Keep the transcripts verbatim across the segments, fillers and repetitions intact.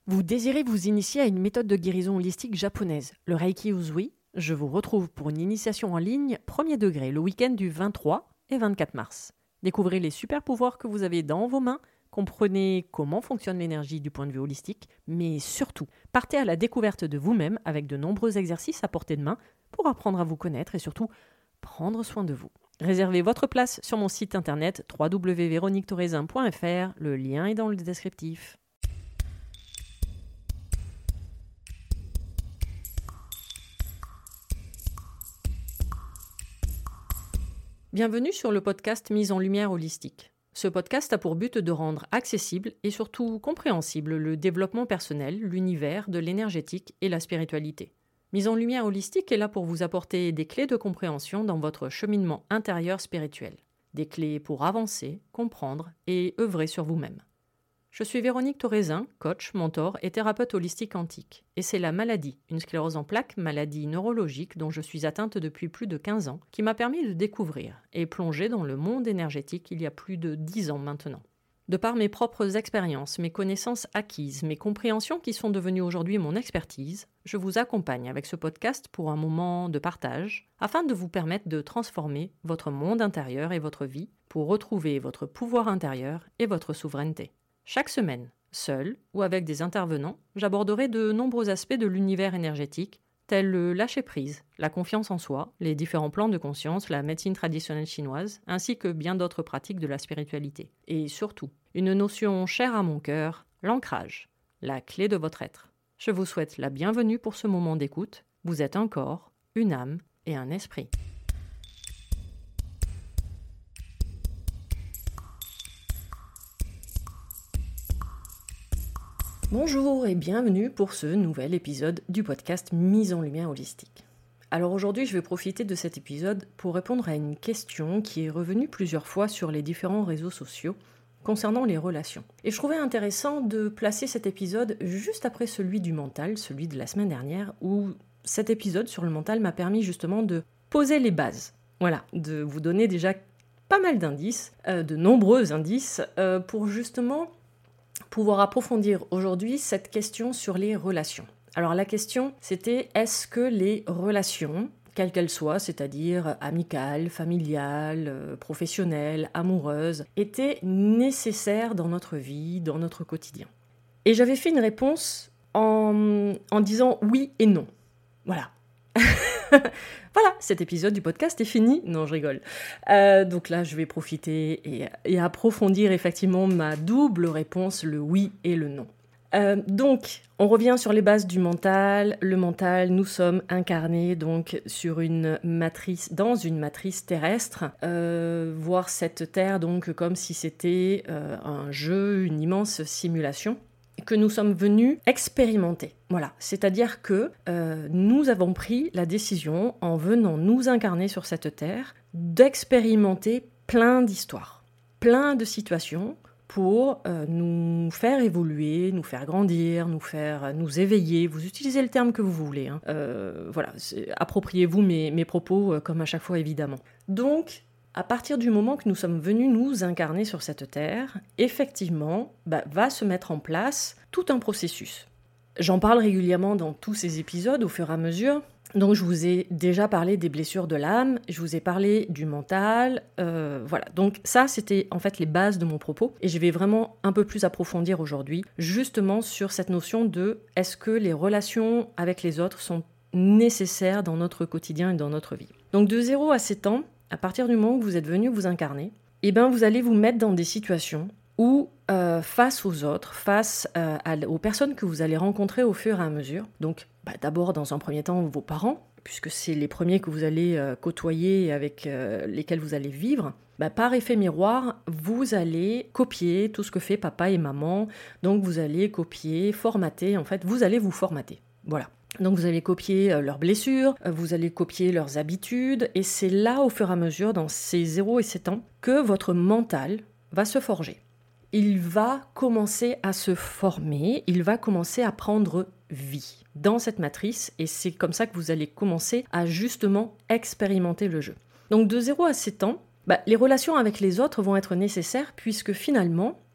Vous désirez vous initier à une méthode de guérison holistique japonaise, le Reiki Usui? Je vous retrouve pour une initiation en ligne premier degré le week-end du vingt-trois et vingt-quatre mars. Découvrez les super pouvoirs que vous avez dans vos mains, comprenez comment fonctionne l'énergie du point de vue holistique, mais surtout, partez à la découverte de vous-même avec de nombreux exercices à portée de main pour apprendre à vous connaître et surtout prendre soin de vous. Réservez votre place sur mon site internet w w w point véronique thorezin point f r, le lien est dans le descriptif. Bienvenue sur le podcast Mise en lumière holistique. Ce podcast a pour but de rendre accessible et surtout compréhensible le développement personnel, l'univers de l'énergétique et la spiritualité. Mise en lumière holistique est là pour vous apporter des clés de compréhension dans votre cheminement intérieur spirituel. Des clés pour avancer, comprendre et œuvrer sur vous-même. Je suis Véronique Thorezin, coach, mentor et thérapeute holistique quantique. Et c'est la maladie, une sclérose en plaques, maladie neurologique dont je suis atteinte depuis plus de quinze ans, qui m'a permis de découvrir et plonger dans le monde énergétique il y a plus de dix ans maintenant. De par mes propres expériences, mes connaissances acquises, mes compréhensions qui sont devenues aujourd'hui mon expertise, je vous accompagne avec ce podcast pour un moment de partage, afin de vous permettre de transformer votre monde intérieur et votre vie pour retrouver votre pouvoir intérieur et votre souveraineté. Chaque semaine, seul ou avec des intervenants, j'aborderai de nombreux aspects de l'univers énergétique, tels le lâcher-prise, la confiance en soi, les différents plans de conscience, la médecine traditionnelle chinoise, ainsi que bien d'autres pratiques de la spiritualité. Et surtout, une notion chère à mon cœur, l'ancrage, la clé de votre être. Je vous souhaite la bienvenue pour ce moment d'écoute. Vous êtes un corps, une âme et un esprit. Bonjour et bienvenue pour ce nouvel épisode du podcast Mise en lumière holistique. Alors aujourd'hui, je vais profiter de cet épisode pour répondre à une question qui est revenue plusieurs fois sur les différents réseaux sociaux concernant les relations. Et je trouvais intéressant de placer cet épisode juste après celui du mental, celui de la semaine dernière, où cet épisode sur le mental m'a permis justement de poser les bases. Voilà, de vous donner déjà pas mal d'indices, euh, de nombreux indices, euh, pour justement pouvoir approfondir aujourd'hui cette question sur les relations. Alors la question, c'était est-ce que les relations, quelles qu'elles soient, c'est-à-dire amicales, familiales, professionnelles, amoureuses, étaient nécessaires dans notre vie, dans notre quotidien? Et j'avais fait une réponse en, en disant oui et non. Voilà. Voilà, cet épisode du podcast est fini. Non, je rigole. Euh, donc là, je vais profiter et, et approfondir effectivement ma double réponse, le oui et le non. Euh, donc, on revient sur les bases du mental. Le mental, nous sommes incarnés donc sur une matrice, dans une matrice terrestre. Euh, voir cette terre donc comme si c'était euh, un jeu, une immense simulation que nous sommes venus expérimenter. Voilà, c'est-à-dire que euh, nous avons pris la décision, en venant nous incarner sur cette terre, d'expérimenter plein d'histoires, plein de situations pour euh, nous faire évoluer, nous faire grandir, nous faire nous éveiller. Vous utilisez le terme que vous voulez. Hein. Euh, voilà, appropriez-vous mes, mes propos euh, comme à chaque fois évidemment. Donc, à partir du moment que nous sommes venus nous incarner sur cette terre, effectivement, bah, va se mettre en place tout un processus. J'en parle régulièrement dans tous ces épisodes au fur et à mesure. Donc je vous ai déjà parlé des blessures de l'âme, je vous ai parlé du mental, euh, voilà. Donc ça, c'était en fait les bases de mon propos. Et je vais vraiment un peu plus approfondir aujourd'hui, justement sur cette notion de est-ce que les relations avec les autres sont nécessaires dans notre quotidien et dans notre vie. Donc de zéro à sept ans, à partir du moment où vous êtes venu vous incarner, eh ben vous allez vous mettre dans des situations où, euh, face aux autres, face euh, à, aux personnes que vous allez rencontrer au fur et à mesure, donc bah, d'abord dans un premier temps vos parents, puisque c'est les premiers que vous allez euh, côtoyer et avec euh, lesquels vous allez vivre, bah, par effet miroir, vous allez copier tout ce que fait papa et maman, donc vous allez copier, formater, en fait, vous allez vous formater, voilà. Donc vous allez copier euh, leurs blessures, euh, vous allez copier leurs habitudes, et c'est là, au fur et à mesure, dans ces zéro et sept ans, que votre mental va se forger. Il va commencer à se former, il va commencer à prendre vie dans cette matrice, et c'est comme ça que vous allez commencer à justement expérimenter le jeu. Donc de zéro à sept ans, bah, les relations avec les autres vont être nécessaires, puisque finalement,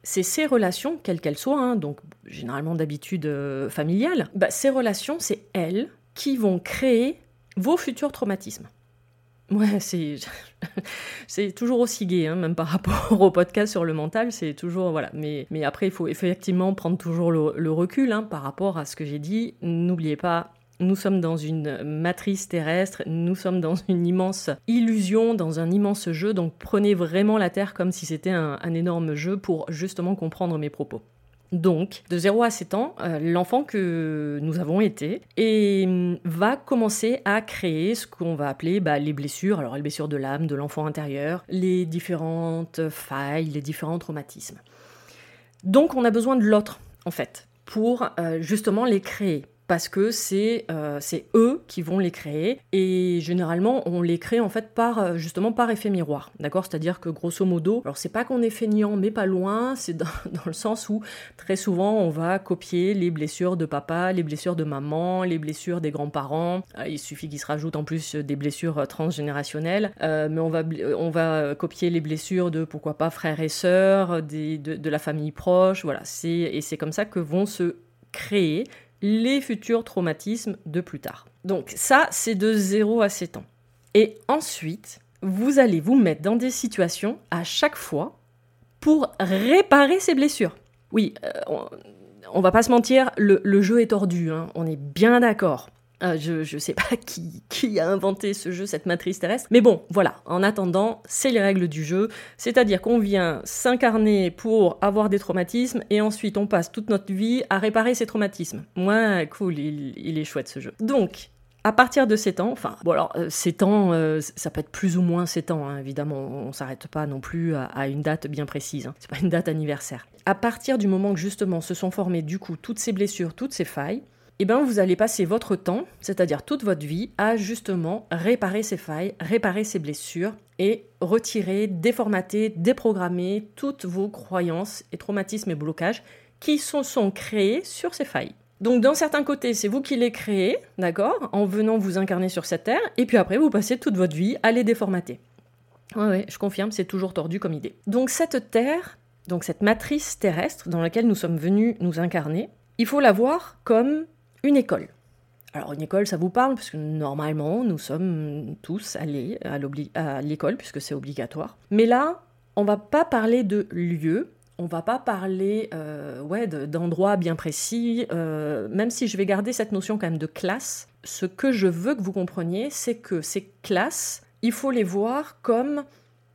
c'est ces relations, quelles qu'elles soient, hein, donc généralement d'habitude euh, familiales, bah, ces relations, c'est elles qui vont créer vos futurs traumatismes. Ouais, c'est, c'est toujours aussi gai, hein, même par rapport au podcast sur le mental, c'est toujours, voilà. Mais, mais après, il faut effectivement prendre toujours le, le recul hein, par rapport à ce que j'ai dit. N'oubliez pas, nous sommes dans une matrice terrestre, nous sommes dans une immense illusion, dans un immense jeu, donc prenez vraiment la Terre comme si c'était un, un énorme jeu pour justement comprendre mes propos. Donc, de zéro à sept ans, euh, l'enfant que nous avons été et, euh, va commencer à créer ce qu'on va appeler bah, les blessures, alors les blessures de l'âme, de l'enfant intérieur, les différentes failles, les différents traumatismes. Donc, on a besoin de l'autre, en fait, pour euh, justement les créer. Parce que c'est, euh, c'est eux qui vont les créer et généralement on les crée en fait par, justement par effet miroir, d'accord ? C'est-à-dire que grosso modo, alors c'est pas qu'on est feignant mais pas loin, c'est dans, dans le sens où très souvent on va copier les blessures de papa, les blessures de maman, les blessures des grands-parents, euh, il suffit qu'il se rajoute en plus des blessures transgénérationnelles, euh, mais on va, on va copier les blessures de pourquoi pas frères et sœurs, des, de, de la famille proche, voilà, c'est, et c'est comme ça que vont se créer les futurs traumatismes de plus tard. Donc ça, c'est de zéro à sept ans. Et ensuite, vous allez vous mettre dans des situations à chaque fois pour réparer ces blessures. Oui, euh, on, on va pas se mentir, le, le jeu est tordu, hein, on est bien d'accord. Euh, je, je sais pas qui, qui a inventé ce jeu, cette matrice terrestre, mais bon, voilà, en attendant, c'est les règles du jeu, c'est-à-dire qu'on vient s'incarner pour avoir des traumatismes, et ensuite on passe toute notre vie à réparer ces traumatismes. Ouais, cool, il, il est chouette ce jeu. Donc, à partir de sept ans, enfin, bon alors, euh, sept ans, euh, ça peut être plus ou moins sept ans, hein, évidemment, on, on s'arrête pas non plus à, à une date bien précise, hein, c'est pas une date anniversaire. À partir du moment que justement se sont formées du coup toutes ces blessures, toutes ces failles, eh bien, vous allez passer votre temps, c'est-à-dire toute votre vie, à justement réparer ces failles, réparer ces blessures et retirer, déformater, déprogrammer toutes vos croyances et traumatismes et blocages qui se sont créés sur ces failles. Donc d'un certain côté, c'est vous qui les créez, d'accord, en venant vous incarner sur cette terre, et puis après, vous passez toute votre vie à les déformater. Ouais, ouais, je confirme, c'est toujours tordu comme idée. Donc cette terre, donc cette matrice terrestre dans laquelle nous sommes venus nous incarner, il faut la voir comme une école. Alors une école, ça vous parle, parce que normalement, nous sommes tous allés à, à l'école, puisque c'est obligatoire. Mais là, on va pas parler de lieu, on va pas parler euh, ouais, de, d'endroits bien précis, euh, même si je vais garder cette notion quand même de classe. Ce que je veux que vous compreniez, c'est que ces classes, il faut les voir comme,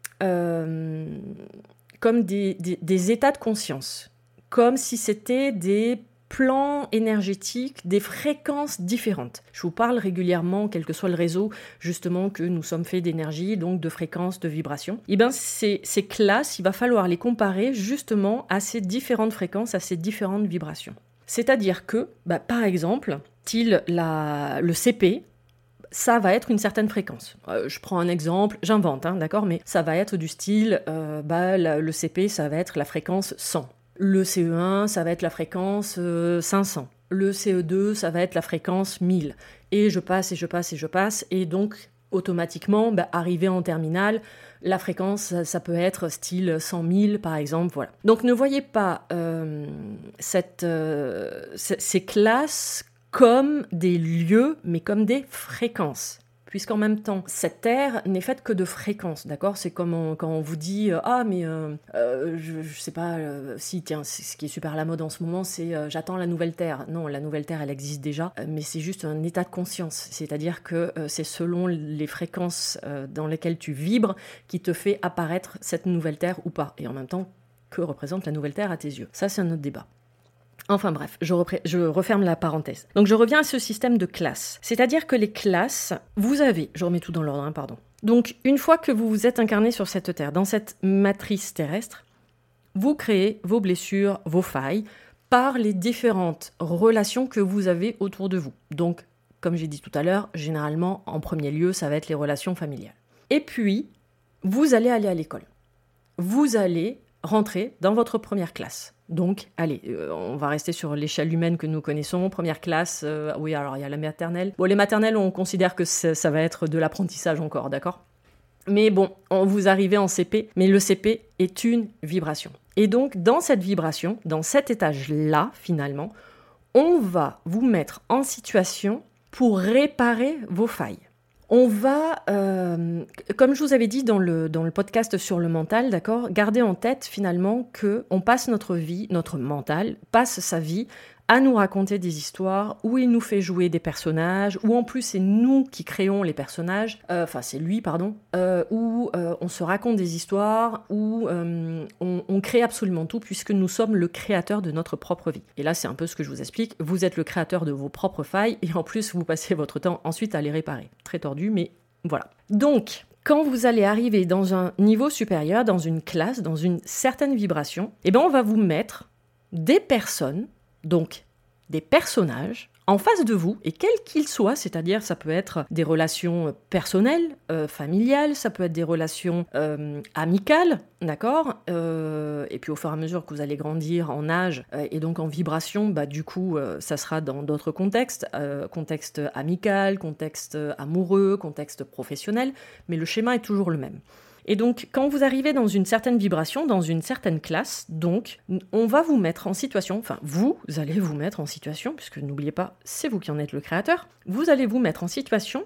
euh, comme des, des, des états de conscience, comme si c'était des plans énergétiques, des fréquences différentes. Je vous parle régulièrement, quel que soit le réseau, justement, que nous sommes faits d'énergie, donc de fréquences, de vibrations. Et bien, ces, ces classes, il va falloir les comparer justement à ces différentes fréquences, à ces différentes vibrations. C'est-à-dire que, bah, par exemple, style la, le C P, ça va être une certaine fréquence. Euh, je prends un exemple, j'invente, hein, d'accord, mais ça va être du style, euh, bah, la, le C P, ça va être la fréquence cent. Le C E un, ça va être la fréquence euh, cinq cents. Le C E deux, ça va être la fréquence mille. Et je passe, et je passe, et je passe. Et donc, automatiquement, bah, arrivé en terminale, la fréquence, ça, ça peut être style cent mille, par exemple. Voilà. Donc, ne voyez pas euh, cette, euh, c- ces classes comme des lieux, mais comme des fréquences. Puisqu'en même temps, cette terre n'est faite que de fréquences, d'accord ? C'est comme on, quand on vous dit euh, « Ah, mais euh, euh, je, je sais pas, euh, si, tiens, c'est, ce qui est super à la mode en ce moment, c'est euh, j'attends la nouvelle terre ». Non, la nouvelle terre, elle existe déjà, euh, mais c'est juste un état de conscience. C'est-à-dire que euh, c'est selon les fréquences euh, dans lesquelles tu vibres qui te fait apparaître cette nouvelle terre ou pas. Et en même temps, que représente la nouvelle terre à tes yeux ? Ça, c'est un autre débat. Enfin bref, je, repré- je referme la parenthèse. Donc je reviens à ce système de classes. C'est-à-dire que les classes, vous avez, je remets tout dans l'ordre, hein, pardon. Donc une fois que vous vous êtes incarné sur cette terre, dans cette matrice terrestre, vous créez vos blessures, vos failles, par les différentes relations que vous avez autour de vous. Donc, comme j'ai dit tout à l'heure, généralement, en premier lieu, ça va être les relations familiales. Et puis, vous allez aller à l'école. Vous allez rentrer dans votre première classe. Donc, allez, euh, on va rester sur l'échelle humaine que nous connaissons. Première classe, euh, oui, alors il y a la maternelle. Bon, les maternelles, on considère que ça, ça va être de l'apprentissage encore, d'accord ? Mais bon, on vous arrivez en C P, mais le C P est une vibration. Et donc, dans cette vibration, dans cet étage-là, finalement, on va vous mettre en situation pour réparer vos failles. On va, euh, comme je vous avais dit dans le, dans le podcast sur le mental, d'accord, garder en tête finalement qu'on passe notre vie, notre mental passe sa vie à nous raconter des histoires où il nous fait jouer des personnages, où en plus c'est nous qui créons les personnages, euh, enfin c'est lui, pardon, euh, où euh, on se raconte des histoires, où euh, on, on crée absolument tout puisque nous sommes le créateur de notre propre vie. Et là c'est un peu ce que je vous explique, vous êtes le créateur de vos propres failles et en plus vous passez votre temps ensuite à les réparer. Très tordu, mais voilà. Donc, quand vous allez arriver dans un niveau supérieur, dans une classe, dans une certaine vibration, eh ben on va vous mettre des personnes, donc des personnages, en face de vous, et quels qu'ils soient, c'est-à-dire ça peut être des relations personnelles, euh, familiales, ça peut être des relations euh, amicales, d'accord euh, et puis au fur et à mesure que vous allez grandir en âge euh, et donc en vibration, bah, du coup, euh, ça sera dans d'autres contextes, euh, contexte amical, contexte amoureux, contexte professionnel, mais le schéma est toujours le même. Et donc, quand vous arrivez dans une certaine vibration, dans une certaine classe, donc, on va vous mettre en situation, enfin, vous allez vous mettre en situation, puisque n'oubliez pas, c'est vous qui en êtes le créateur, vous allez vous mettre en situation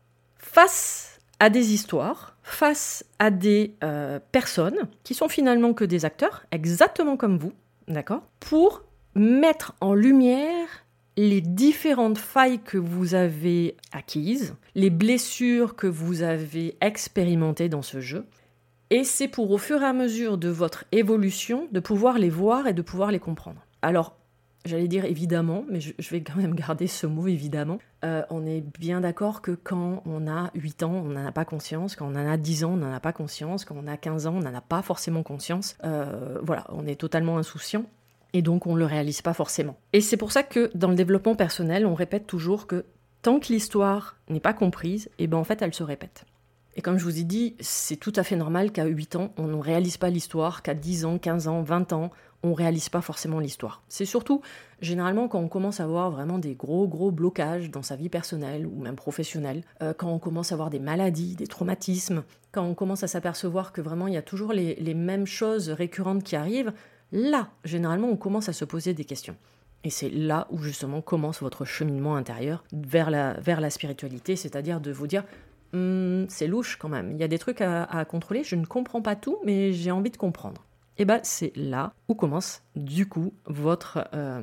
face à des histoires, face à des euh, personnes qui sont finalement que des acteurs, exactement comme vous, d'accord, pour mettre en lumière les différentes failles que vous avez acquises, les blessures que vous avez expérimentées dans ce jeu, et c'est pour, au fur et à mesure de votre évolution, de pouvoir les voir et de pouvoir les comprendre. Alors, j'allais dire évidemment, mais je, je vais quand même garder ce mot évidemment, euh, on est bien d'accord que quand on a huit ans, on n'en a pas conscience, quand on en a dix ans, on n'en a pas conscience, quand on a quinze ans, on n'en a pas forcément conscience, euh, voilà, on est totalement insouciant. Et donc, on ne le réalise pas forcément. Et c'est pour ça que dans le développement personnel, on répète toujours que tant que l'histoire n'est pas comprise, eh ben en fait, elle se répète. Et comme je vous ai dit, c'est tout à fait normal qu'à huit ans, on ne réalise pas l'histoire, qu'à dix ans, quinze ans, vingt ans, on ne réalise pas forcément l'histoire. C'est surtout, généralement, quand on commence à avoir vraiment des gros, gros blocages dans sa vie personnelle ou même professionnelle, euh, quand on commence à avoir des maladies, des traumatismes, quand on commence à s'apercevoir que vraiment, il y a toujours les, les mêmes choses récurrentes qui arrivent, là, généralement, on commence à se poser des questions. Et c'est là où, justement, commence votre cheminement intérieur vers la, vers la spiritualité, c'est-à-dire de vous dire hm, « c'est louche quand même, il y a des trucs à, à contrôler, je ne comprends pas tout, mais j'ai envie de comprendre. » Et bien, c'est là où commence, du coup, votre euh,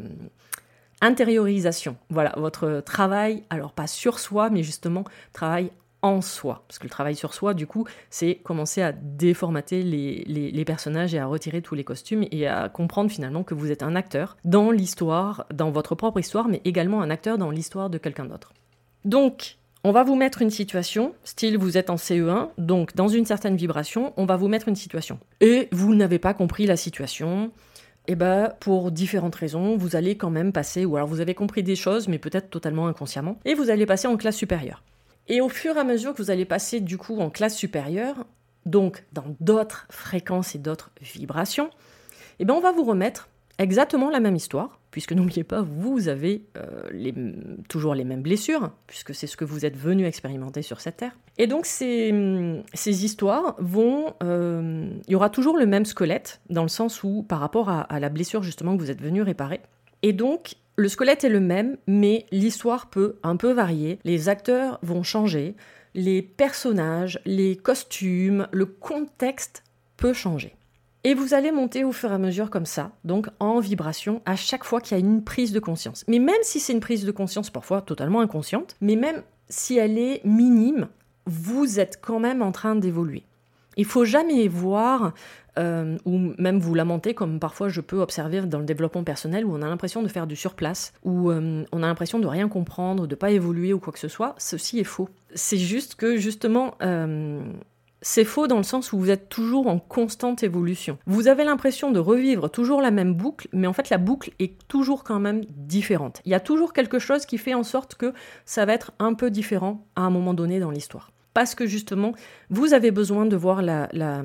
intériorisation. Voilà, votre travail, alors pas sur soi, mais justement, travail en soi. Parce que le travail sur soi, du coup, c'est commencer à déformater les, les, les personnages et à retirer tous les costumes et à comprendre finalement que vous êtes un acteur dans l'histoire, dans votre propre histoire, mais également un acteur dans l'histoire de quelqu'un d'autre. Donc, on va vous mettre une situation, style vous êtes en C E un, donc dans une certaine vibration, on va vous mettre une situation. Et vous n'avez pas compris la situation, et ben pour différentes raisons, vous allez quand même passer, ou alors vous avez compris des choses, mais peut-être totalement inconsciemment, et vous allez passer en classe supérieure. Et au fur et à mesure que vous allez passer du coup en classe supérieure, donc dans d'autres fréquences et d'autres vibrations, et ben on va vous remettre exactement la même histoire, puisque n'oubliez pas, vous avez euh, les, toujours les mêmes blessures, puisque c'est ce que vous êtes venu expérimenter sur cette terre. Et donc ces, ces histoires vont... Euh, il y aura toujours le même squelette, dans le sens où, par rapport à, à la blessure justement que vous êtes venu réparer. Et donc, le squelette est le même, mais l'histoire peut un peu varier, les acteurs vont changer, les personnages, les costumes, le contexte peut changer. Et vous allez monter au fur et à mesure comme ça, donc en vibration, à chaque fois qu'il y a une prise de conscience. Mais même si c'est une prise de conscience parfois totalement inconsciente, mais même si elle est minime, vous êtes quand même en train d'évoluer. Il ne faut jamais voir, euh, ou même vous lamenter, comme parfois je peux observer dans le développement personnel, où on a l'impression de faire du surplace, où euh, on a l'impression de rien comprendre, de ne pas évoluer ou quoi que ce soit. Ceci est faux. C'est juste que justement... Euh, C'est faux dans le sens où vous êtes toujours en constante évolution. Vous avez l'impression de revivre toujours la même boucle, mais en fait la boucle est toujours quand même différente. Il y a toujours quelque chose qui fait en sorte que ça va être un peu différent à un moment donné dans l'histoire. Parce que justement, vous avez besoin de voir la, la,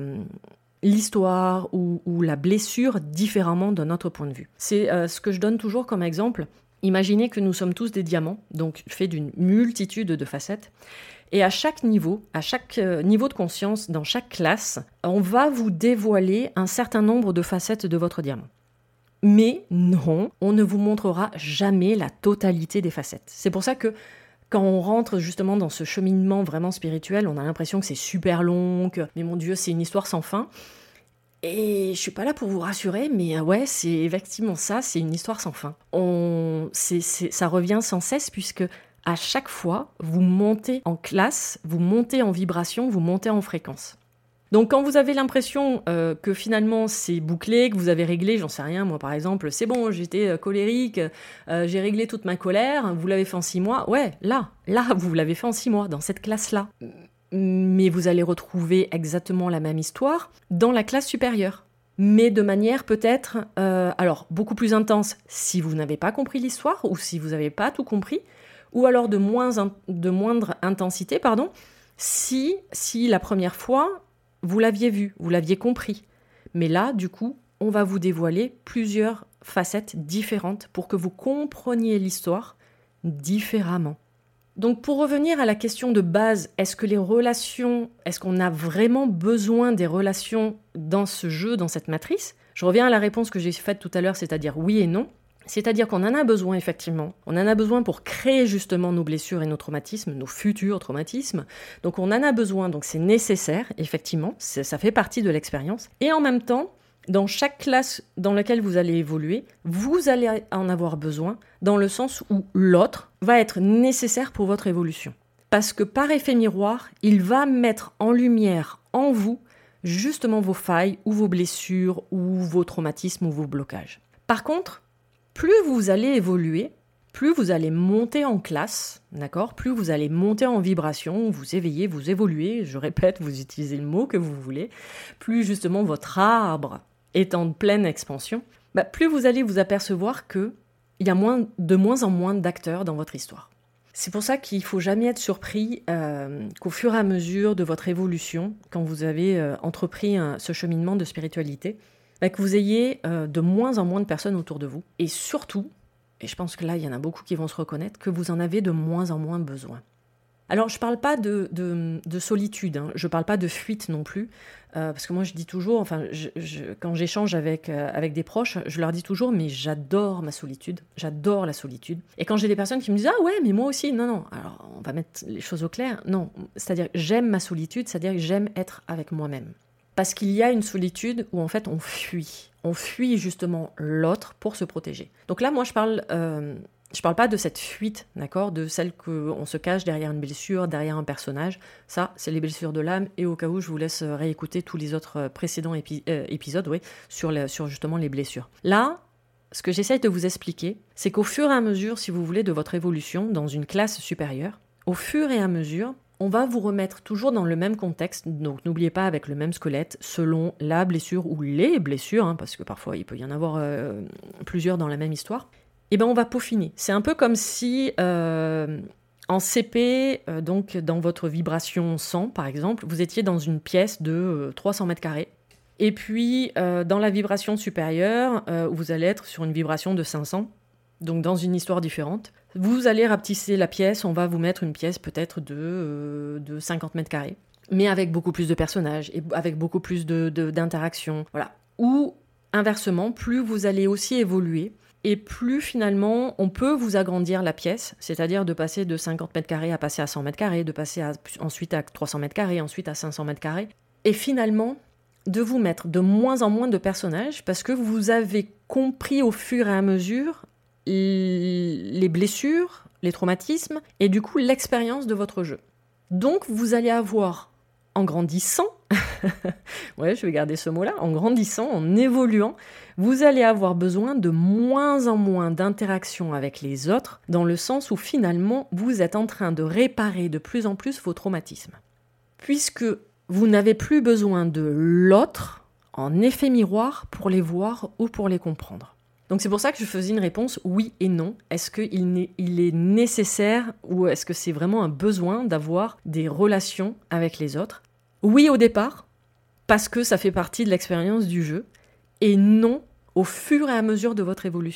l'histoire ou, ou la blessure différemment d'un autre point de vue. C'est euh, ce que je donne toujours comme exemple. Imaginez que nous sommes tous des diamants, donc faits d'une multitude de facettes. Et à chaque niveau, à chaque niveau de conscience, dans chaque classe, on va vous dévoiler un certain nombre de facettes de votre diamant. Mais non, on ne vous montrera jamais la totalité des facettes. C'est pour ça que quand on rentre justement dans ce cheminement vraiment spirituel, on a l'impression que c'est super long, que mais mon Dieu, c'est une histoire sans fin. Et je suis pas là pour vous rassurer, mais ouais, c'est effectivement ça, c'est une histoire sans fin. On, c'est, c'est, ça revient sans cesse puisque à chaque fois, vous montez en classe, vous montez en vibration, vous montez en fréquence. Donc quand vous avez l'impression euh, que finalement c'est bouclé, que vous avez réglé, j'en sais rien, moi par exemple, c'est bon, j'étais euh, colérique, euh, j'ai réglé toute ma colère, vous l'avez fait en six mois, ouais, là, là, vous l'avez fait en six mois, dans cette classe-là. Mais vous allez retrouver exactement la même histoire dans la classe supérieure. Mais de manière peut-être, euh, alors beaucoup plus intense si vous n'avez pas compris l'histoire ou si vous n'avez pas tout compris, ou alors de, moins in- de moindre intensité, pardon, si, si la première fois, vous l'aviez vu, vous l'aviez compris. Mais là, du coup, on va vous dévoiler plusieurs facettes différentes pour que vous compreniez l'histoire différemment. Donc pour revenir à la question de base, est-ce que les relations, est-ce qu'on a vraiment besoin des relations dans ce jeu, dans cette matrice ? Je reviens à la réponse que j'ai faite tout à l'heure, c'est-à-dire oui et non. C'est-à-dire qu'on en a besoin effectivement. On en a besoin pour créer justement nos blessures et nos traumatismes, nos futurs traumatismes. Donc on en a besoin, donc c'est nécessaire, effectivement, c'est, ça fait partie de l'expérience. Et en même temps, dans chaque classe dans laquelle vous allez évoluer, vous allez en avoir besoin dans le sens où l'autre va être nécessaire pour votre évolution. Parce que par effet miroir, il va mettre en lumière en vous justement vos failles ou vos blessures ou vos traumatismes ou vos blocages. Par contre, plus vous allez évoluer, plus vous allez monter en classe, d'accord ? Plus vous allez monter en vibration, vous éveillez, vous évoluez, je répète, vous utilisez le mot que vous voulez, plus justement votre arbre est en pleine expansion, bah plus vous allez vous apercevoir qu'il y a moins, de moins en moins d'acteurs dans votre histoire. C'est pour ça qu'il ne faut jamais être surpris euh, qu'au fur et à mesure de votre évolution, quand vous avez euh, entrepris un, ce cheminement de spiritualité, bah, que vous ayez euh, de moins en moins de personnes autour de vous. Et surtout, et je pense que là, il y en a beaucoup qui vont se reconnaître, que vous en avez de moins en moins besoin. Alors, je ne parle pas de, de, de solitude, hein. Je ne parle pas de fuite non plus, euh, parce que moi, je dis toujours, enfin, je, je, quand j'échange avec, euh, avec des proches, je leur dis toujours, mais j'adore ma solitude, j'adore la solitude. Et quand j'ai des personnes qui me disent, ah ouais, mais moi aussi, non, non, alors on va mettre les choses au clair, non, c'est-à-dire j'aime ma solitude, c'est-à-dire que j'aime être avec moi-même. Parce qu'il y a une solitude où en fait on fuit, on fuit justement l'autre pour se protéger. Donc là, moi, je parle... Euh, Je ne parle pas de cette fuite, d'accord, de celle qu'on se cache derrière une blessure, derrière un personnage. Ça, c'est les blessures de l'âme. Et au cas où, je vous laisse réécouter tous les autres précédents épi- euh, épisodes oui, sur, les, sur justement les blessures. Là, ce que j'essaye de vous expliquer, c'est qu'au fur et à mesure, si vous voulez, de votre évolution dans une classe supérieure, au fur et à mesure, on va vous remettre toujours dans le même contexte, donc n'oubliez pas avec le même squelette, selon la blessure ou les blessures, hein, parce que parfois il peut y en avoir euh, plusieurs dans la même histoire. Eh ben on va peaufiner. C'est un peu comme si euh, en C P, euh, donc dans votre vibration cent par exemple, vous étiez dans une pièce de euh, trois cents mètres carrés. Et puis euh, dans la vibration supérieure, euh, vous allez être sur une vibration de cinq cents, donc dans une histoire différente. Vous allez rapetisser la pièce, on va vous mettre une pièce peut-être de, euh, de cinquante mètres carrés, mais avec beaucoup plus de personnages et avec beaucoup plus de, de, d'interactions. Voilà. Ou inversement, plus vous allez aussi évoluer, et plus finalement on peut vous agrandir la pièce, c'est-à-dire de passer de cinquante mètres carrés à passer à cent mètres carrés, de passer à, ensuite à trois cents mètres carrés, ensuite à cinq cents mètres carrés, et finalement de vous mettre de moins en moins de personnages parce que vous avez compris au fur et à mesure les blessures, les traumatismes et du coup l'expérience de votre jeu. Donc vous allez avoir, en grandissant, ouais, je vais garder ce mot-là, en grandissant, en évoluant, vous allez avoir besoin de moins en moins d'interactions avec les autres, dans le sens où finalement, vous êtes en train de réparer de plus en plus vos traumatismes. Puisque vous n'avez plus besoin de l'autre, en effet miroir, pour les voir ou pour les comprendre. Donc c'est pour ça que je faisais une réponse oui et non. Est-ce qu'il il est nécessaire ou est-ce que c'est vraiment un besoin d'avoir des relations avec les autres ? Oui au départ, parce que ça fait partie de l'expérience du jeu, et non au fur et à mesure de votre évolution.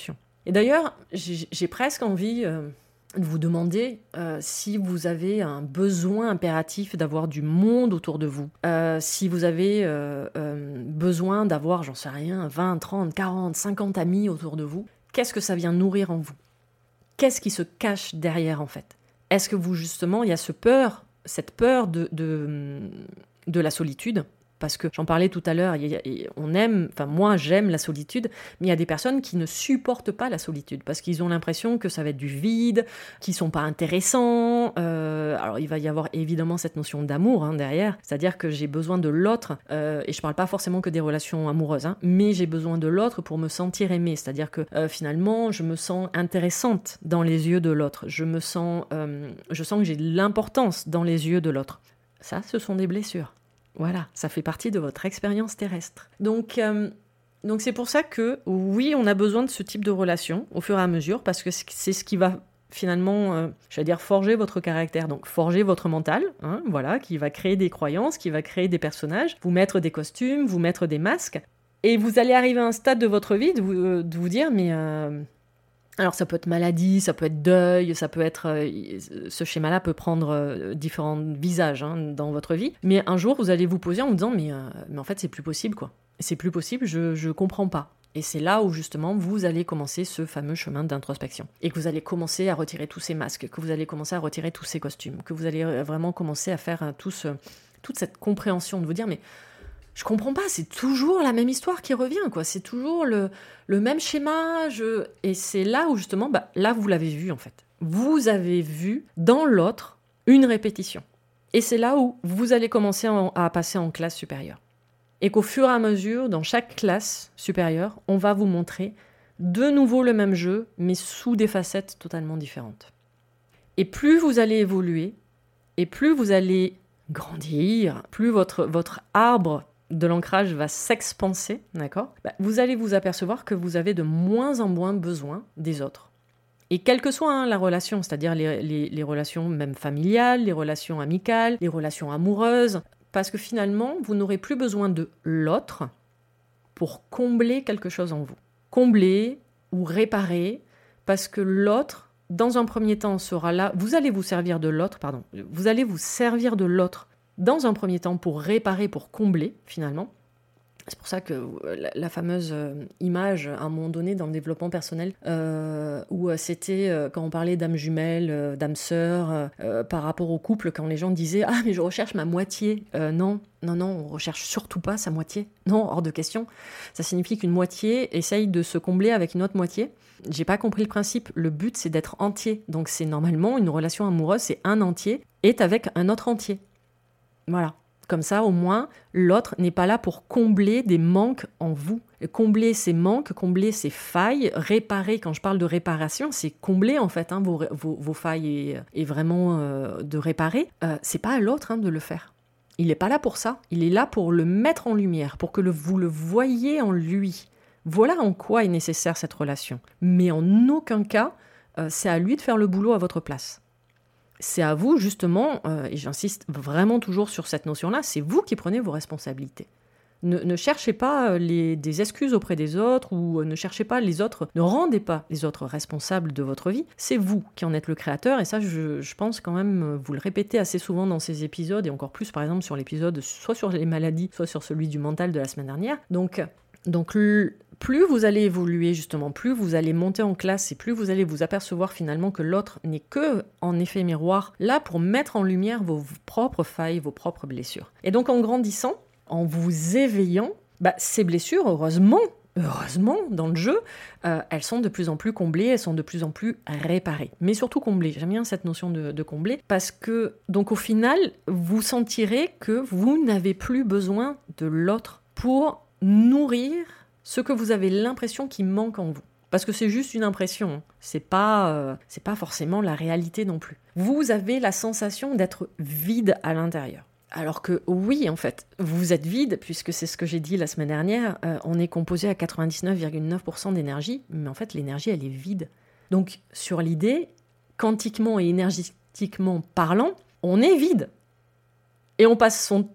Et d'ailleurs, j'ai, j'ai presque envie euh, de vous demander euh, si vous avez un besoin impératif d'avoir du monde autour de vous, euh, si vous avez euh, euh, besoin d'avoir, j'en sais rien, vingt, trente, quarante, cinquante amis autour de vous. Qu'est-ce que ça vient nourrir en vous ? Qu'est-ce qui se cache derrière, en fait ? Est-ce que vous, justement, il y a ce peur, cette peur de, de, de la solitude ? Parce que j'en parlais tout à l'heure, il y a, on aime, enfin moi j'aime la solitude, mais il y a des personnes qui ne supportent pas la solitude parce qu'ils ont l'impression que ça va être du vide, qu'ils sont pas intéressants. Euh, alors il va y avoir évidemment cette notion d'amour hein, derrière, c'est-à-dire que j'ai besoin de l'autre, euh, et je parle pas forcément que des relations amoureuses, hein, mais j'ai besoin de l'autre pour me sentir aimée, c'est-à-dire que euh, finalement je me sens intéressante dans les yeux de l'autre, je me sens, euh, je sens que j'ai de l'importance dans les yeux de l'autre. Ça, ce sont des blessures. Voilà, ça fait partie de votre expérience terrestre. Donc, euh, donc c'est pour ça que, oui, on a besoin de ce type de relation au fur et à mesure, parce que c'est ce qui va finalement, euh, je vais dire, forger votre caractère, donc forger votre mental, hein, voilà, qui va créer des croyances, qui va créer des personnages, vous mettre des costumes, vous mettre des masques, et vous allez arriver à un stade de votre vie de vous, euh, de vous dire, mais... Euh, Alors ça peut être maladie, ça peut être deuil, ça peut être... Euh, ce schéma-là peut prendre euh, différents visages hein, dans votre vie. Mais un jour, vous allez vous poser en vous disant « mais, euh, mais en fait, c'est plus possible, quoi. C'est plus possible, je, je comprends pas. » Et c'est là où, justement, vous allez commencer ce fameux chemin d'introspection. Et que vous allez commencer à retirer tous ces masques, que vous allez commencer à retirer tous ces costumes, que vous allez vraiment commencer à faire euh, tout ce, toute cette compréhension de vous dire « mais... je comprends pas, c'est toujours la même histoire qui revient, quoi. C'est toujours le, le même schéma. Je... Et c'est là où, justement, bah, là, vous l'avez vu, en fait. Vous avez vu dans l'autre une répétition. Et c'est là où vous allez commencer en, à passer en classe supérieure. Et qu'au fur et à mesure, dans chaque classe supérieure, on va vous montrer de nouveau le même jeu, mais sous des facettes totalement différentes. Et plus vous allez évoluer, et plus vous allez grandir, plus votre, votre arbre de l'ancrage va s'expanser, d'accord ? Bah, vous allez vous apercevoir que vous avez de moins en moins besoin des autres. Et quelle que soit hein, la relation, c'est-à-dire les, les, les relations même familiales, les relations amicales, les relations amoureuses, parce que finalement, vous n'aurez plus besoin de l'autre pour combler quelque chose en vous. Combler ou réparer, parce que l'autre, dans un premier temps, sera là, vous allez vous servir de l'autre, pardon, vous allez vous servir de l'autre dans un premier temps pour réparer, pour combler finalement. C'est pour ça que la, la fameuse euh, image à un moment donné dans le développement personnel euh, où euh, c'était euh, quand on parlait d'âme jumelle, euh, d'âme sœur euh, euh, par rapport au couple, quand les gens disaient « ah mais je recherche ma moitié euh, ». Non, non, non, on recherche surtout pas sa moitié. Non, hors de question. Ça signifie qu'une moitié essaye de se combler avec une autre moitié. J'ai pas compris le principe. Le but c'est d'être entier. Donc c'est normalement une relation amoureuse, c'est un entier est avec un autre entier. Voilà. Comme ça, au moins, l'autre n'est pas là pour combler des manques en vous. Combler ces manques, combler ces failles, réparer, quand je parle de réparation, c'est combler en fait hein, vos, vos, vos failles et, et vraiment euh, de réparer. Euh, c'est pas à l'autre hein, de le faire. Il n'est pas là pour ça. Il est là pour le mettre en lumière, pour que le, vous le voyez en lui. Voilà en quoi est nécessaire cette relation. Mais en aucun cas, euh, c'est à lui de faire le boulot à votre place. C'est à vous, justement, euh, et j'insiste vraiment toujours sur cette notion-là, c'est vous qui prenez vos responsabilités. Ne, ne cherchez pas les, des excuses auprès des autres ou ne cherchez pas les autres, ne rendez pas les autres responsables de votre vie. C'est vous qui en êtes le créateur et ça, je, je pense quand même, vous le répétez assez souvent dans ces épisodes et encore plus, par exemple, sur l'épisode soit sur les maladies, soit sur celui du mental de la semaine dernière. Donc, donc le, plus vous allez évoluer justement, plus vous allez monter en classe et plus vous allez vous apercevoir finalement que l'autre n'est que, en effet miroir, là pour mettre en lumière vos propres failles, vos propres blessures. Et donc en grandissant, en vous éveillant, bah, ces blessures, heureusement, heureusement, dans le jeu, euh, elles sont de plus en plus comblées, elles sont de plus en plus réparées. Mais surtout comblées, j'aime bien cette notion de, de combler, parce que, donc au final, vous sentirez que vous n'avez plus besoin de l'autre pour nourrir ce que vous avez l'impression qui manque en vous. Parce que c'est juste une impression, hein. c'est pas, euh, c'est pas forcément la réalité non plus. Vous avez la sensation d'être vide à l'intérieur. Alors que oui, en fait, vous êtes vide, puisque c'est ce que j'ai dit la semaine dernière, euh, on est composé à quatre-vingt-dix-neuf virgule neuf pour cent d'énergie, mais en fait l'énergie elle est vide. Donc sur l'idée, quantiquement et énergétiquement parlant, on est vide. Et on passe son temps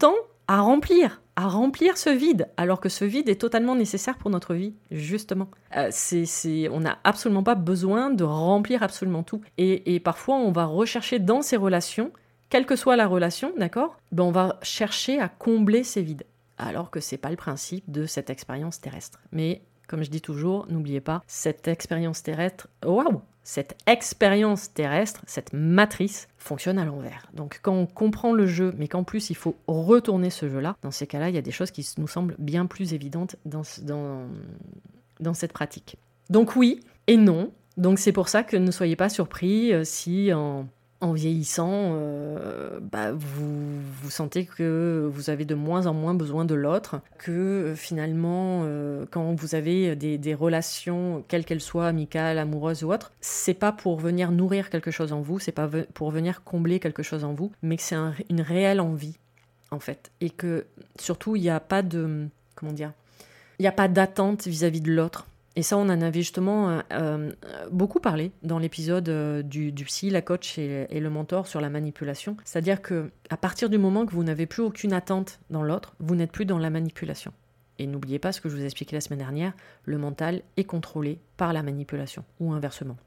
à remplir, à remplir ce vide, alors que ce vide est totalement nécessaire pour notre vie, justement. Euh, c'est, c'est, on n'a absolument pas besoin de remplir absolument tout. Et, et parfois, on va rechercher dans ces relations, quelle que soit la relation, d'accord, ben on va chercher à combler ces vides, alors que c'est pas le principe de cette expérience terrestre. Mais, comme je dis toujours, n'oubliez pas, cette expérience terrestre, waouh, cette expérience terrestre, cette matrice, fonctionne à l'envers. Donc quand on comprend le jeu, mais qu'en plus il faut retourner ce jeu-là, dans ces cas-là, il y a des choses qui nous semblent bien plus évidentes dans, dans, dans cette pratique. Donc oui et non. Donc c'est pour ça que ne soyez pas surpris euh, si en... En vieillissant, euh, bah vous, vous sentez que vous avez de moins en moins besoin de l'autre, que euh, finalement, euh, quand vous avez des, des relations, quelles qu'elles soient, amicales, amoureuses ou autres, c'est pas pour venir nourrir quelque chose en vous, c'est pas ve- pour venir combler quelque chose en vous, mais que c'est un, une réelle envie, en fait. Et que, surtout, il n'y a pas de... Comment dire ? Il n'y a pas d'attente vis-à-vis de l'autre. Et ça, on en avait justement euh, euh, beaucoup parlé dans l'épisode euh, du, du psy, la coach et, et le mentor sur la manipulation. C'est-à-dire qu'à partir du moment que vous n'avez plus aucune attente dans l'autre, vous n'êtes plus dans la manipulation. Et n'oubliez pas ce que je vous ai expliqué la semaine dernière, le mental est contrôlé par la manipulation, ou inversement.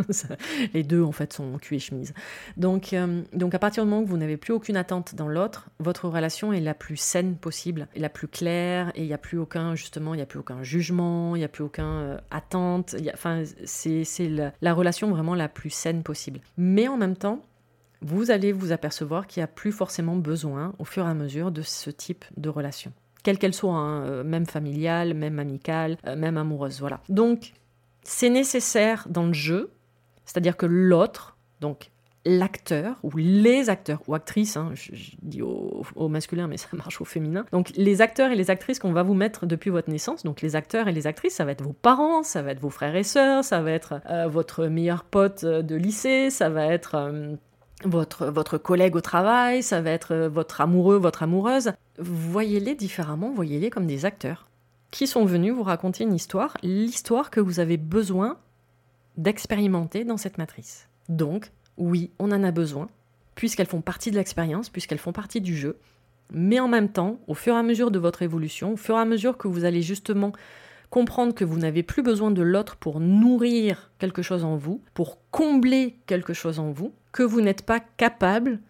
Les deux, en fait, sont cul et chemise. Donc, euh, donc, à partir du moment que vous n'avez plus aucune attente dans l'autre, votre relation est la plus saine possible, et la plus claire, et il n'y a plus aucun, justement, il n'y a plus aucun jugement, il n'y a plus aucun euh, attente. Y a, enfin, c'est, c'est la, la relation vraiment la plus saine possible. Mais en même temps, vous allez vous apercevoir qu'il n'y a plus forcément besoin, au fur et à mesure, de ce type de relation. Quelle qu'elle soit, hein, euh, même familiale, même amicale, euh, même amoureuse, voilà. Donc, c'est nécessaire dans le jeu, c'est-à-dire que l'autre, donc l'acteur, ou les acteurs, ou actrices, hein, je, je dis au, au masculin, mais ça marche au féminin, donc les acteurs et les actrices qu'on va vous mettre depuis votre naissance, donc les acteurs et les actrices, ça va être vos parents, ça va être vos frères et sœurs, ça va être euh, votre meilleur pote de lycée, ça va être... Euh, Votre, votre collègue au travail, ça va être votre amoureux, votre amoureuse. Voyez-les différemment, voyez-les comme des acteurs qui sont venus vous raconter une histoire, l'histoire que vous avez besoin d'expérimenter dans cette matrice. Donc, oui, on en a besoin, puisqu'elles font partie de l'expérience, puisqu'elles font partie du jeu, mais en même temps, au fur et à mesure de votre évolution, au fur et à mesure que vous allez justement comprendre que vous n'avez plus besoin de l'autre pour nourrir quelque chose en vous, pour combler quelque chose en vous, que vous n'êtes pas capable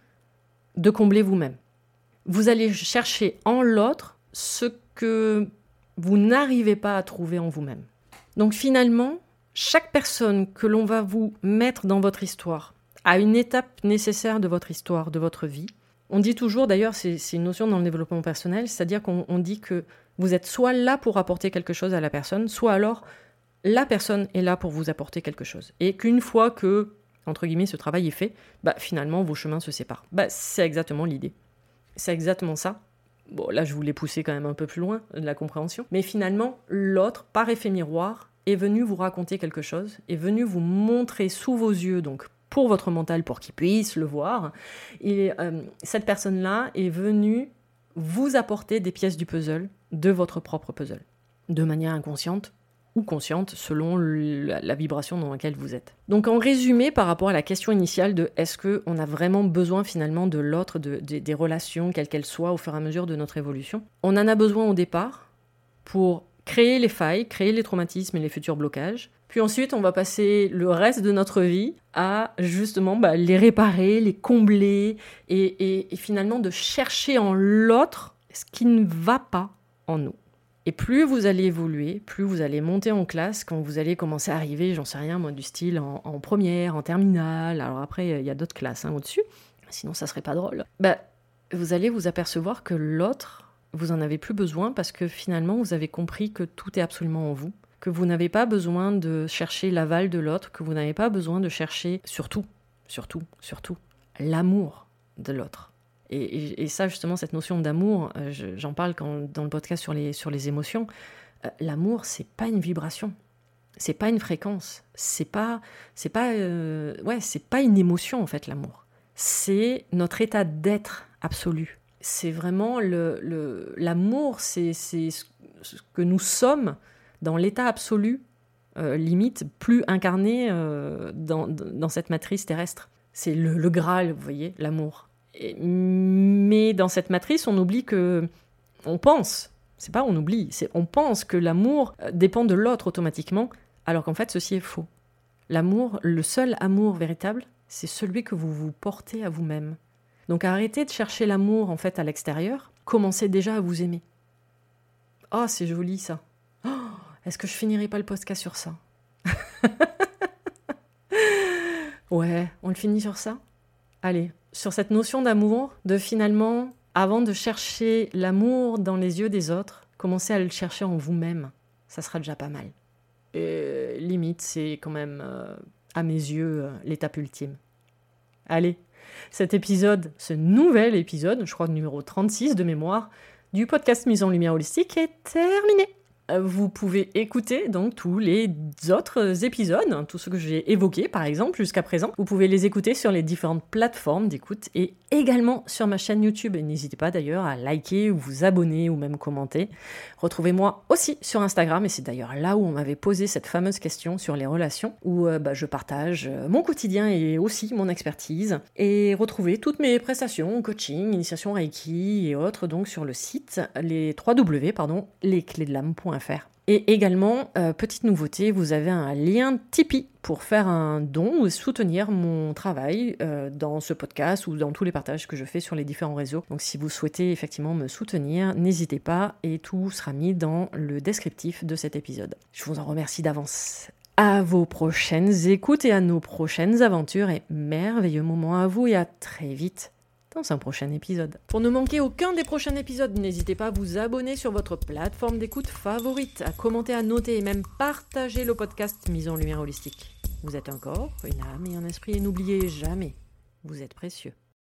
de combler vous-même. Vous allez chercher en l'autre ce que vous n'arrivez pas à trouver en vous-même. Donc finalement, chaque personne que l'on va vous mettre dans votre histoire, à une étape nécessaire de votre histoire, de votre vie, on dit toujours, d'ailleurs, c'est, c'est une notion dans le développement personnel, c'est-à-dire qu'on on dit que vous êtes soit là pour apporter quelque chose à la personne, soit alors la personne est là pour vous apporter quelque chose. Et qu'une fois que, entre guillemets, ce travail est fait, bah, finalement, vos chemins se séparent. Bah, c'est exactement l'idée. C'est exactement ça. Bon, là, je voulais pousser quand même un peu plus loin de la compréhension. Mais finalement, l'autre, par effet miroir, est venu vous raconter quelque chose, est venu vous montrer sous vos yeux, donc pour votre mental, pour qu'il puisse le voir. Et euh, cette personne-là est venue vous apporter des pièces du puzzle, de votre propre puzzle, de manière inconsciente ou consciente, selon la, la vibration dans laquelle vous êtes. Donc en résumé, par rapport à la question initiale de est-ce qu'on a vraiment besoin finalement de l'autre, de, de, des relations, quelles qu'elles soient, au fur et à mesure de notre évolution, on en a besoin au départ pour créer les failles, créer les traumatismes et les futurs blocages. Puis ensuite, on va passer le reste de notre vie à justement bah, les réparer, les combler et, et, et finalement de chercher en l'autre ce qui ne va pas en nous. Et plus vous allez évoluer, plus vous allez monter en classe, quand vous allez commencer à arriver, j'en sais rien, moi, du style en, en première, en terminale, alors après, il y a d'autres classes hein, au-dessus, sinon ça serait pas drôle, bah, vous allez vous apercevoir que l'autre, vous en avez plus besoin parce que finalement, vous avez compris que tout est absolument en vous, que vous n'avez pas besoin de chercher l'aval de l'autre, que vous n'avez pas besoin de chercher, surtout, surtout, surtout, l'amour de l'autre. Et, et, et ça, justement, cette notion d'amour, euh, je, j'en parle quand, dans le podcast sur les, sur les émotions. Euh, l'amour, c'est pas une vibration, c'est pas une fréquence, c'est pas, c'est pas, euh, ouais, c'est pas une émotion en fait. L'amour, c'est notre état d'être absolu. C'est vraiment le, le l'amour, c'est, c'est ce que nous sommes dans l'état absolu, euh, limite plus incarné euh, dans, dans cette matrice terrestre. C'est le, le Graal, vous voyez, l'amour. Et, mais dans cette matrice, on oublie que... On pense, c'est pas on oublie, c'est on pense que l'amour dépend de l'autre automatiquement, alors qu'en fait, ceci est faux. L'amour, le seul amour véritable, c'est celui que vous vous portez à vous-même. Donc arrêtez de chercher l'amour en fait à l'extérieur, commencez déjà à vous aimer. Oh, c'est joli ça. Oh, est-ce que je finirai pas le podcast sur ça? Ouais, on le finit sur ça? Allez, sur cette notion d'amour, de finalement, avant de chercher l'amour dans les yeux des autres, commencez à le chercher en vous-même. Ça sera déjà pas mal. Et limite, c'est quand même, euh, à mes yeux, euh, l'étape ultime. Allez, cet épisode, ce nouvel épisode, je crois numéro trente-six de mémoire, du podcast Mise en Lumière Holistique est terminé. Vous pouvez écouter donc tous les autres épisodes, tous ceux que j'ai évoqués par exemple jusqu'à présent. Vous pouvez les écouter sur les différentes plateformes d'écoute et également sur ma chaîne YouTube. Et n'hésitez pas d'ailleurs à liker ou vous abonner ou même commenter. Retrouvez-moi aussi sur Instagram et c'est d'ailleurs là où on m'avait posé cette fameuse question sur les relations où euh, bah, je partage mon quotidien et aussi mon expertise. Et retrouvez toutes mes prestations, coaching, initiation Reiki et autres donc sur le site les w w w pardon les clés de l'âme point f r. Et également, euh, petite nouveauté, vous avez un lien Tipeee pour faire un don ou soutenir mon travail euh, dans ce podcast ou dans tous les partages que je fais sur les différents réseaux. Donc si vous souhaitez effectivement me soutenir, n'hésitez pas et tout sera mis dans le descriptif de cet épisode. Je vous en remercie d'avance. À vos prochaines écoutes et à nos prochaines aventures et merveilleux moments à vous et à très vite dans un prochain épisode. Pour ne manquer aucun des prochains épisodes, n'hésitez pas à vous abonner sur votre plateforme d'écoute favorite, à commenter, à noter et même partager le podcast Mise en Lumière Holistique. Vous êtes un corps, une âme et un esprit et n'oubliez jamais, vous êtes précieux.